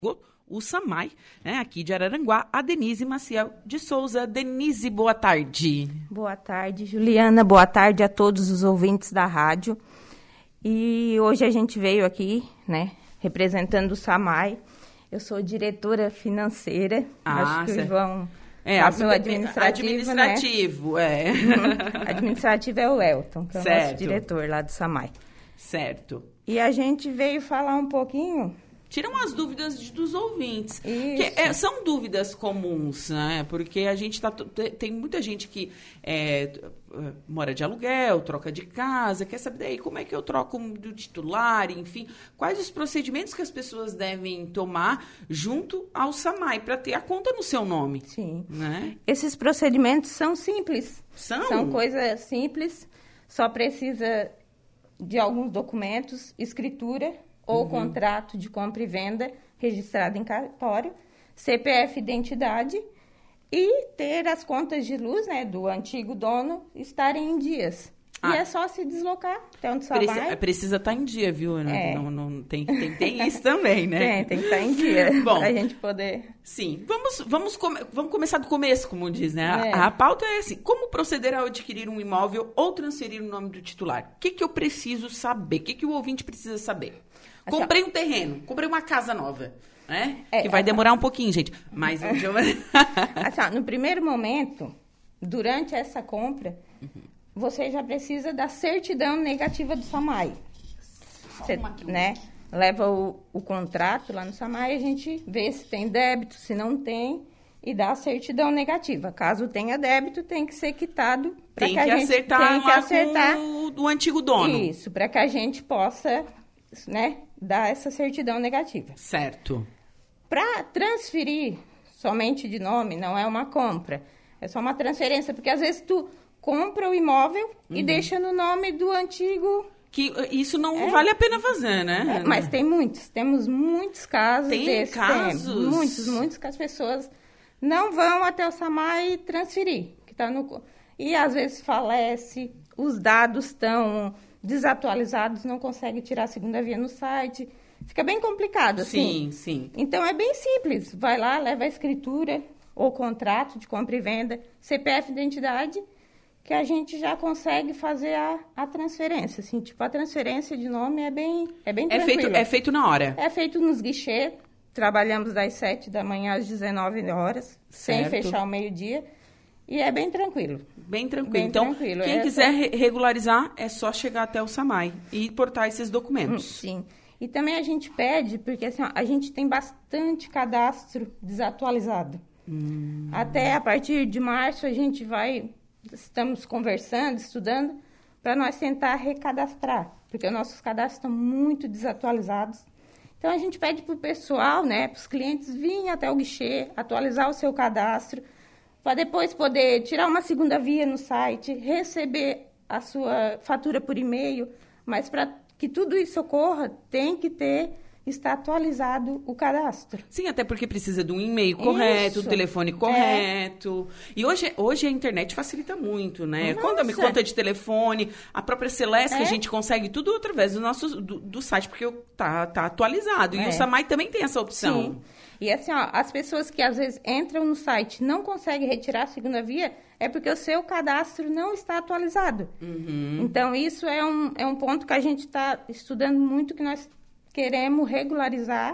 o SAMAI, né, aqui de Araranguá, a Denise Maciel de Souza. Denise, boa tarde. Boa tarde, Juliana. Boa tarde a todos os ouvintes da rádio. E hoje a gente veio aqui, né, representando o SAMAI. Eu sou diretora financeira. Acho que o João passou administrativo, né? Administrativo é o Elton, que é o nosso diretor lá do SAMAI. Certo. E a gente veio falar um pouquinho... Tiram as dúvidas dos ouvintes. Que, são dúvidas comuns, né? Porque a gente tem muita gente que mora de aluguel, troca de casa, quer saber daí como é que eu troco do titular, enfim. Quais os procedimentos que as pessoas devem tomar junto ao SAMAI para ter a conta no seu nome? Sim. Né? Esses procedimentos são simples. São coisas simples, só precisa de alguns documentos, escritura... ou contrato de compra e venda registrado em cartório, CPF identidade e ter as contas de luz, né, do antigo dono estarem em dias. E é só se deslocar até onde SAMAI. Precisa estar em dia, viu? Não, tem isso também, né? Tem que estar em dia. Bom, para a gente poder... Sim. Vamos começar do começo, como diz, né? A pauta é assim, como proceder ao adquirir um imóvel ou transferir o nome do titular? O que eu preciso saber? O que o ouvinte precisa saber? Comprei um terreno, comprei uma casa nova, né? Que vai demorar um pouquinho, gente. Mas no primeiro momento, durante essa compra, você já precisa da certidão negativa do SAMAI. Você, né? Leva o contrato lá no SAMAI, a gente vê se tem débito, se não tem, e dá a certidão negativa. Caso tenha débito, tem que ser quitado. Tem que acertar com o antigo dono. Isso, para que a gente possa... né, dar essa certidão negativa. Certo. Para transferir somente de nome, não é uma compra, é só uma transferência, porque às vezes tu compra o imóvel e deixa no nome do antigo... Que isso não vale a pena fazer, né? Mas temos muitos casos desses. Casos? Muitos que as pessoas não vão até o SAMAI transferir. E às vezes falece, os dados estão... desatualizados, não consegue tirar a segunda via no site. Fica bem complicado, assim. Sim. Então, é bem simples. Vai lá, leva a escritura ou contrato de compra e venda, CPF identidade, que a gente já consegue fazer a transferência. Assim, tipo, a transferência de nome é bem tranquilo. É feito na hora? É feito nos guichês. Trabalhamos das 7 da manhã às 19 horas, sem fechar ao meio-dia. E é bem tranquilo. Bem tranquilo. Então, quem quiser regularizar, é só chegar até o SAMAI e portar esses documentos. Sim. E também a gente pede, porque assim, a gente tem bastante cadastro desatualizado. Até a partir de março, estamos conversando, estudando, para nós tentar recadastrar, porque os nossos cadastros estão muito desatualizados. Então, a gente pede para o pessoal, né, para os clientes virem até o guichê, atualizar o seu cadastro, para depois poder tirar uma segunda via no site, receber a sua fatura por e-mail, mas para que tudo isso ocorra, tem que estar atualizado o cadastro. Sim, até porque precisa de um e-mail correto, um telefone correto. E hoje a internet facilita muito, né? Conta-me conta de telefone, a própria Celeste, que a gente consegue tudo através do site, porque tá atualizado. E o SAMAI também tem essa opção. Sim. E assim, as pessoas que às vezes entram no site e não conseguem retirar a segunda via, é porque o seu cadastro não está atualizado. Então, isso é um ponto que a gente está estudando muito, que nós queremos regularizar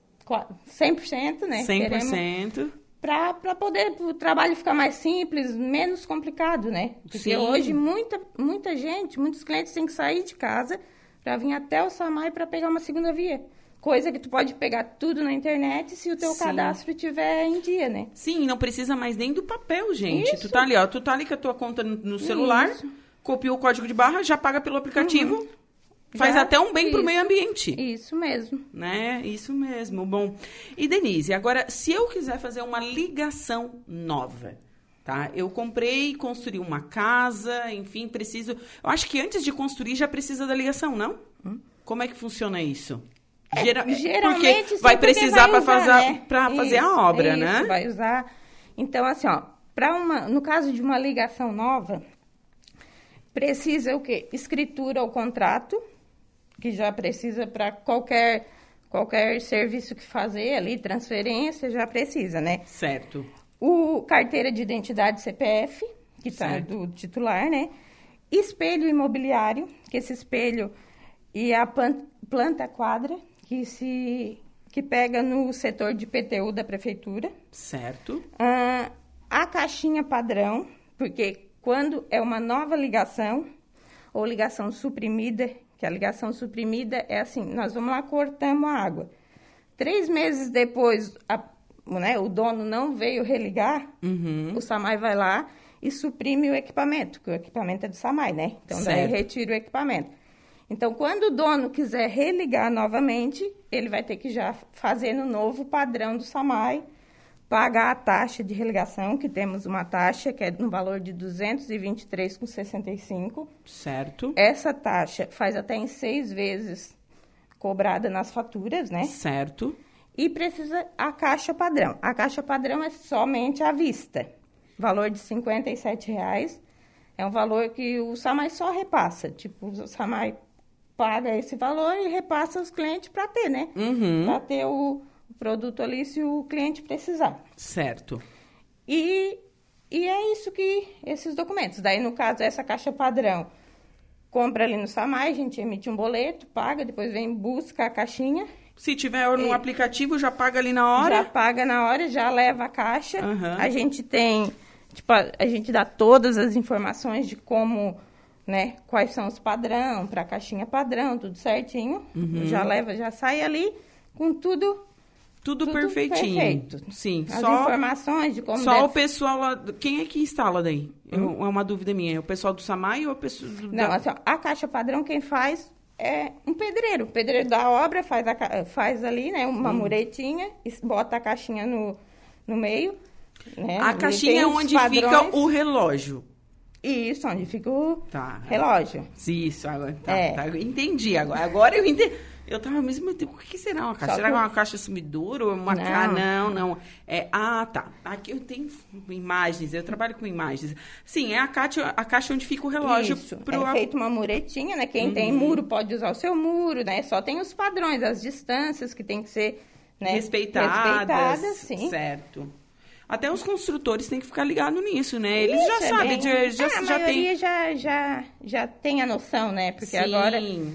100%, né? 100%. Para poder o trabalho ficar mais simples, menos complicado, né? Porque hoje muita gente, muitos clientes têm que sair de casa para vir até o SAMAI para pegar uma segunda via. Coisa que tu pode pegar tudo na internet se o teu cadastro estiver em dia, né? Sim, não precisa mais nem do papel, gente. Tu tá ali com a tua conta no celular, copia o código de barra, já paga pelo aplicativo, faz até um bem pro meio ambiente. Isso mesmo. Né? Isso mesmo. Bom, e Denise, agora, se eu quiser fazer uma ligação nova, tá? Eu comprei, construí uma casa, enfim, preciso... Eu acho que antes de construir já precisa da ligação, não? Como é que funciona isso? Geralmente, porque vai precisar para fazer a obra, isso, né? Vai usar. Então, assim, no caso de uma ligação nova, precisa o quê? Escritura ou contrato, que já precisa para qualquer qualquer serviço que fazer ali, transferência, já precisa, né? Certo. O carteira de identidade CPF, que está do titular, né? Espelho imobiliário, que esse espelho e a planta quadra, que pega no setor de PTU da prefeitura. Certo. A caixinha padrão, porque quando é uma nova ligação ou ligação suprimida, que a ligação suprimida é assim, nós vamos lá, cortamos a água. 3 meses depois, o dono não veio religar, o SAMAI vai lá e suprime o equipamento, porque o equipamento é do SAMAI, né? Então, daí retira o equipamento. Então, quando o dono quiser religar novamente, ele vai ter que já fazer no novo padrão do SAMAI, pagar a taxa de religação, que temos uma taxa que é no valor de R$ 223,65. Certo. Essa taxa faz até em 6 vezes cobrada nas faturas, né? Certo. E precisa a caixa padrão. A caixa padrão é somente à vista. Valor de R$ 57,00. É um valor que o SAMAI só repassa. Tipo, o SAMAI paga esse valor e repassa aos clientes para ter, né? Para ter o produto ali se o cliente precisar. Certo. E é isso que esses documentos. Daí, no caso, essa caixa padrão, compra ali no SAMAI, a gente emite um boleto, paga, depois vem busca a caixinha. Se tiver no aplicativo, já paga ali na hora? Já paga na hora, já leva a caixa. A gente tem, a gente dá todas as informações de como, né, quais são os padrão, para a caixinha padrão, tudo certinho. Já leva, já sai ali com tudo perfeitinho. Perfeito. Sim. As informações de como o pessoal lá... Quem é que instala daí? É uma dúvida minha. É o pessoal do SAMAI ou o pessoal Não, assim, a caixa padrão quem faz é um pedreiro. O pedreiro da obra faz ali, né, uma muretinha, bota a caixinha no meio. Né, a caixinha é onde fica o relógio. Isso, onde fica o relógio. Isso, agora entendi. Agora eu entendi. Eu tava mesmo... O que será uma caixa? Será que é uma caixa sumidura ou uma caixa? Não. Tá. Aqui eu tenho imagens, eu trabalho com imagens. Sim, é a caixa onde fica o relógio. Isso, é feito uma muretinha, né? Quem tem muro pode usar o seu muro, né? Só tem os padrões, as distâncias que tem que ser, né, respeitadas. Sim. Certo. Até os construtores têm que ficar ligados nisso, né? Eles já sabem, a maioria já tem a noção, né? Porque agora...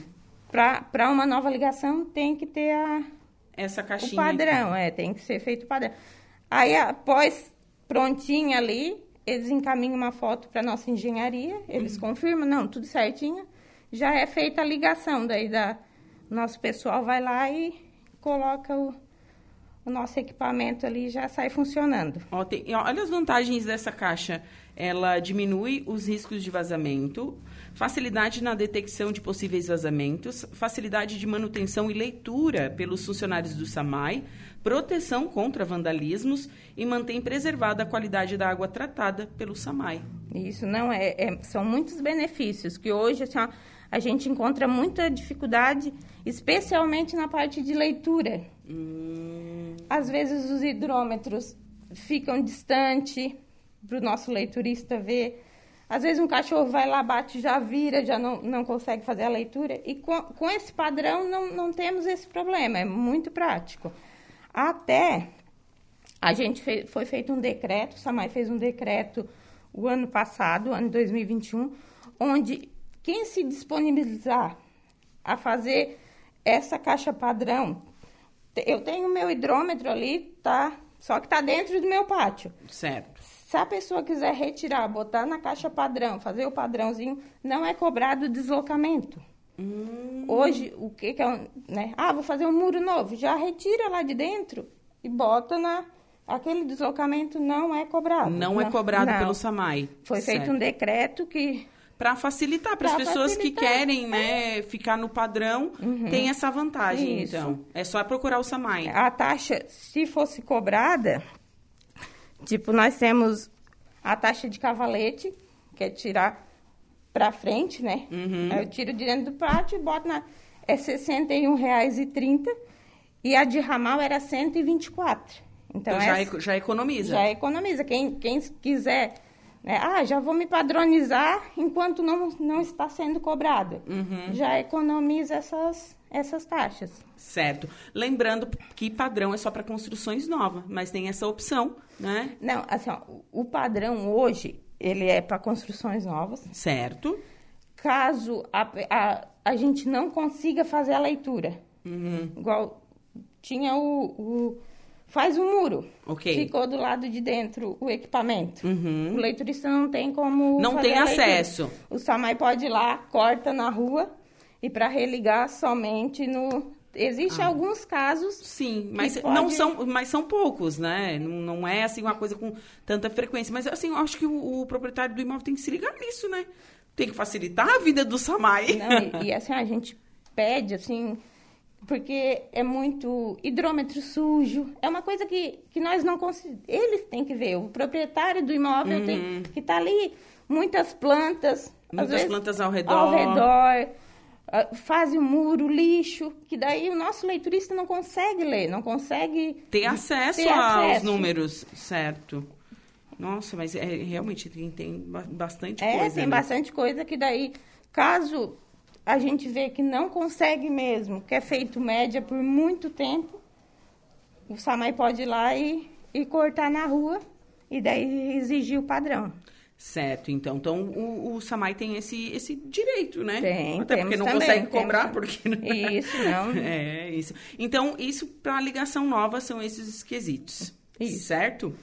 Para uma nova ligação, tem que ter essa caixinha. O padrão, tem que ser feito o padrão. Aí, após prontinha ali, eles encaminham uma foto para nossa engenharia, eles confirmam, não, tudo certinho, já é feita a ligação, daí nosso pessoal vai lá e coloca o nosso equipamento ali e já sai funcionando. Olha as vantagens dessa caixa. Ela diminui os riscos de vazamento, facilidade na detecção de possíveis vazamentos, facilidade de manutenção e leitura pelos funcionários do SAMAI, proteção contra vandalismos e mantém preservada a qualidade da água tratada pelo SAMAI. Isso, não são muitos benefícios que hoje assim, a gente encontra muita dificuldade, especialmente na parte de leitura. Às vezes os hidrômetros ficam distantes para o nosso leiturista ver. Às vezes um cachorro vai lá, bate, já vira, já não consegue fazer a leitura. E com esse padrão não temos esse problema, é muito prático. Até a gente foi feito um decreto, o SAMAI fez um decreto o ano passado, ano 2021, onde quem se disponibilizar a fazer essa caixa padrão, eu tenho o meu hidrômetro ali, só que está dentro do meu pátio. Certo. Se a pessoa quiser retirar, botar na caixa padrão, fazer o padrãozinho, não é cobrado deslocamento. Hoje, o que é, né? Vou fazer um muro novo, já retira lá de dentro e bota aquele deslocamento não é cobrado. Não é cobrado pelo SAMAI. Foi feito um decreto que... Para facilitar, para as pessoas que querem, né, ficar no padrão, tem essa vantagem, Isso. Então. É só procurar o SAMAI. A taxa, se fosse cobrada, tipo, nós temos a taxa de cavalete, que é tirar para frente, né? Aí eu tiro de dentro do pátio e boto é R$ 61,30 e a de ramal era 124. Então já economiza. Já economiza. Quem quiser... já vou me padronizar enquanto não está sendo cobrado. Já economiza essas taxas. Certo. Lembrando que padrão é só para construções novas, mas tem essa opção, né? Não, assim, ó, o padrão hoje, ele é para construções novas. Certo. Caso a gente não consiga fazer a leitura. Igual tinha faz um muro. Ok. Ficou do lado de dentro o equipamento. O leiturista não tem como Não fazer tem acesso. O SAMAI pode ir lá, corta na rua e para religar somente no... Existem alguns casos... Sim, mas mas são poucos, né? Não é assim uma coisa com tanta frequência. Mas assim, eu acho que o proprietário do imóvel tem que se ligar nisso, né? Tem que facilitar a vida do SAMAI. Não, e assim, a gente pede, assim... Porque é muito hidrômetro sujo. É uma coisa que nós não conseguimos... Eles têm que ver. O proprietário do imóvel tem que estar ali. Muitas plantas. Muitas plantas ao redor. Ao redor. Faz o muro, lixo. Que daí o nosso leiturista não consegue ler. Não consegue... Ter acesso aos números, certo. Nossa, mas realmente tem bastante coisa. Tem bastante coisa que daí... Caso... a gente vê que não consegue mesmo, que é feito média por muito tempo, o SAMAI pode ir lá e cortar na rua e daí exigir o padrão. Certo, então o SAMAI tem esse direito, né? Tem, até porque não consegue cobrar, porque... Isso, não. É, isso. Então, isso para ligação nova são esses quesitos. Isso. Certo?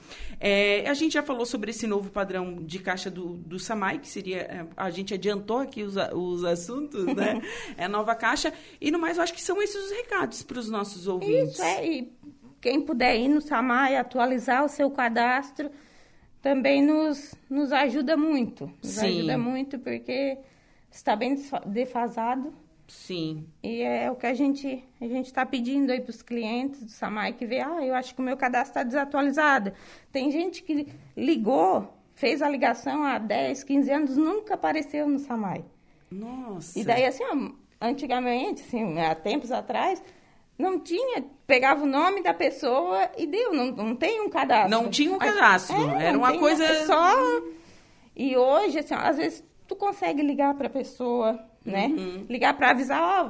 A gente já falou sobre esse novo padrão de caixa do SAMAI, que seria... A gente adiantou aqui os assuntos, né? É a nova caixa. E no mais, eu acho que são esses os recados para os nossos ouvintes. Isso, e quem puder ir no SAMAI, atualizar o seu cadastro, também nos ajuda muito. Nos ajuda muito, porque está bem defasado. Sim. E é o que a gente está pedindo aí para os clientes do SAMAI que vê, eu acho que o meu cadastro está desatualizado. Tem gente que ligou, fez a ligação há 10, 15 anos, nunca apareceu no SAMAI. Nossa. E daí, assim, antigamente, assim, há tempos atrás, não tinha, pegava o nome da pessoa e deu, não tem um cadastro. Não tinha um cadastro, era uma coisa... Só... E hoje, assim, às vezes tu consegue ligar para a pessoa... né? Ligar para avisar,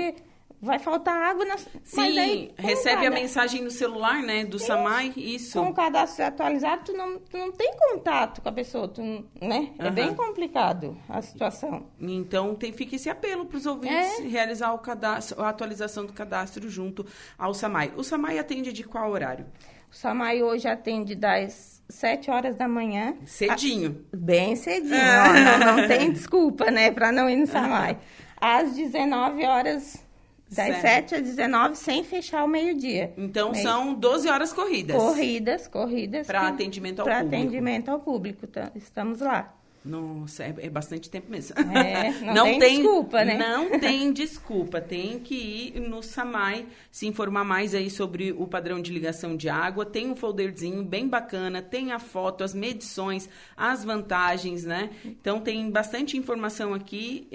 vai faltar água. Sim, mas aí, recebe a mensagem no celular, né, do SAMAI, isso. Com o cadastro atualizado, tu não tem contato com a pessoa, né? É bem complicado a situação. Então, fica esse apelo para os ouvintes realizar a atualização do cadastro junto ao SAMAI. O SAMAI atende de qual horário? O SAMAI hoje atende das 7 horas da manhã. Cedinho. Bem cedinho. Não tem desculpa, né, para não ir no SAMAI. Às 19 horas, das 7 às 19, sem fechar o meio-dia. Então, são 12 horas corridas. Corridas. Para atendimento ao público. Para atendimento ao público. Estamos lá. Nossa, é bastante tempo mesmo. Não tem desculpa, né? Não tem desculpa. Tem que ir no SAMAI se informar mais aí sobre o padrão de ligação de água. Tem um folderzinho bem bacana, tem a foto, as medições, as vantagens, né? Então, tem bastante informação aqui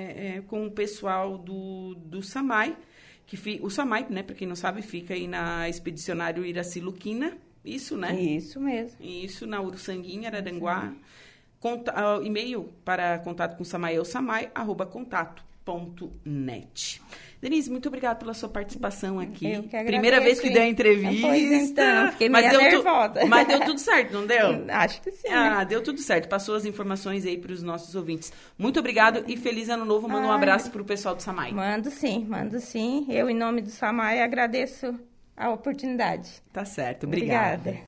com o pessoal do SAMAI. O SAMAI, né, para quem não sabe, fica aí na Expedicionário Iraci Luquina. Isso, né? Isso mesmo. Isso, na Uruçanguinha, Araranguá. E-mail para contato com o SAMAI é o samai@contato.net. Denise, muito obrigada pela sua participação aqui. Eu que agradeço. Primeira vez que deu a entrevista. Pois então, fiquei meio nervosa. Mas deu tudo certo, não deu? Acho que sim. Deu tudo certo. Passou as informações aí para os nossos ouvintes. Muito obrigado e feliz ano novo. Manda um abraço para o pessoal do SAMAI. Mando sim. Eu, em nome do SAMAI, agradeço a oportunidade. Tá certo. Obrigada.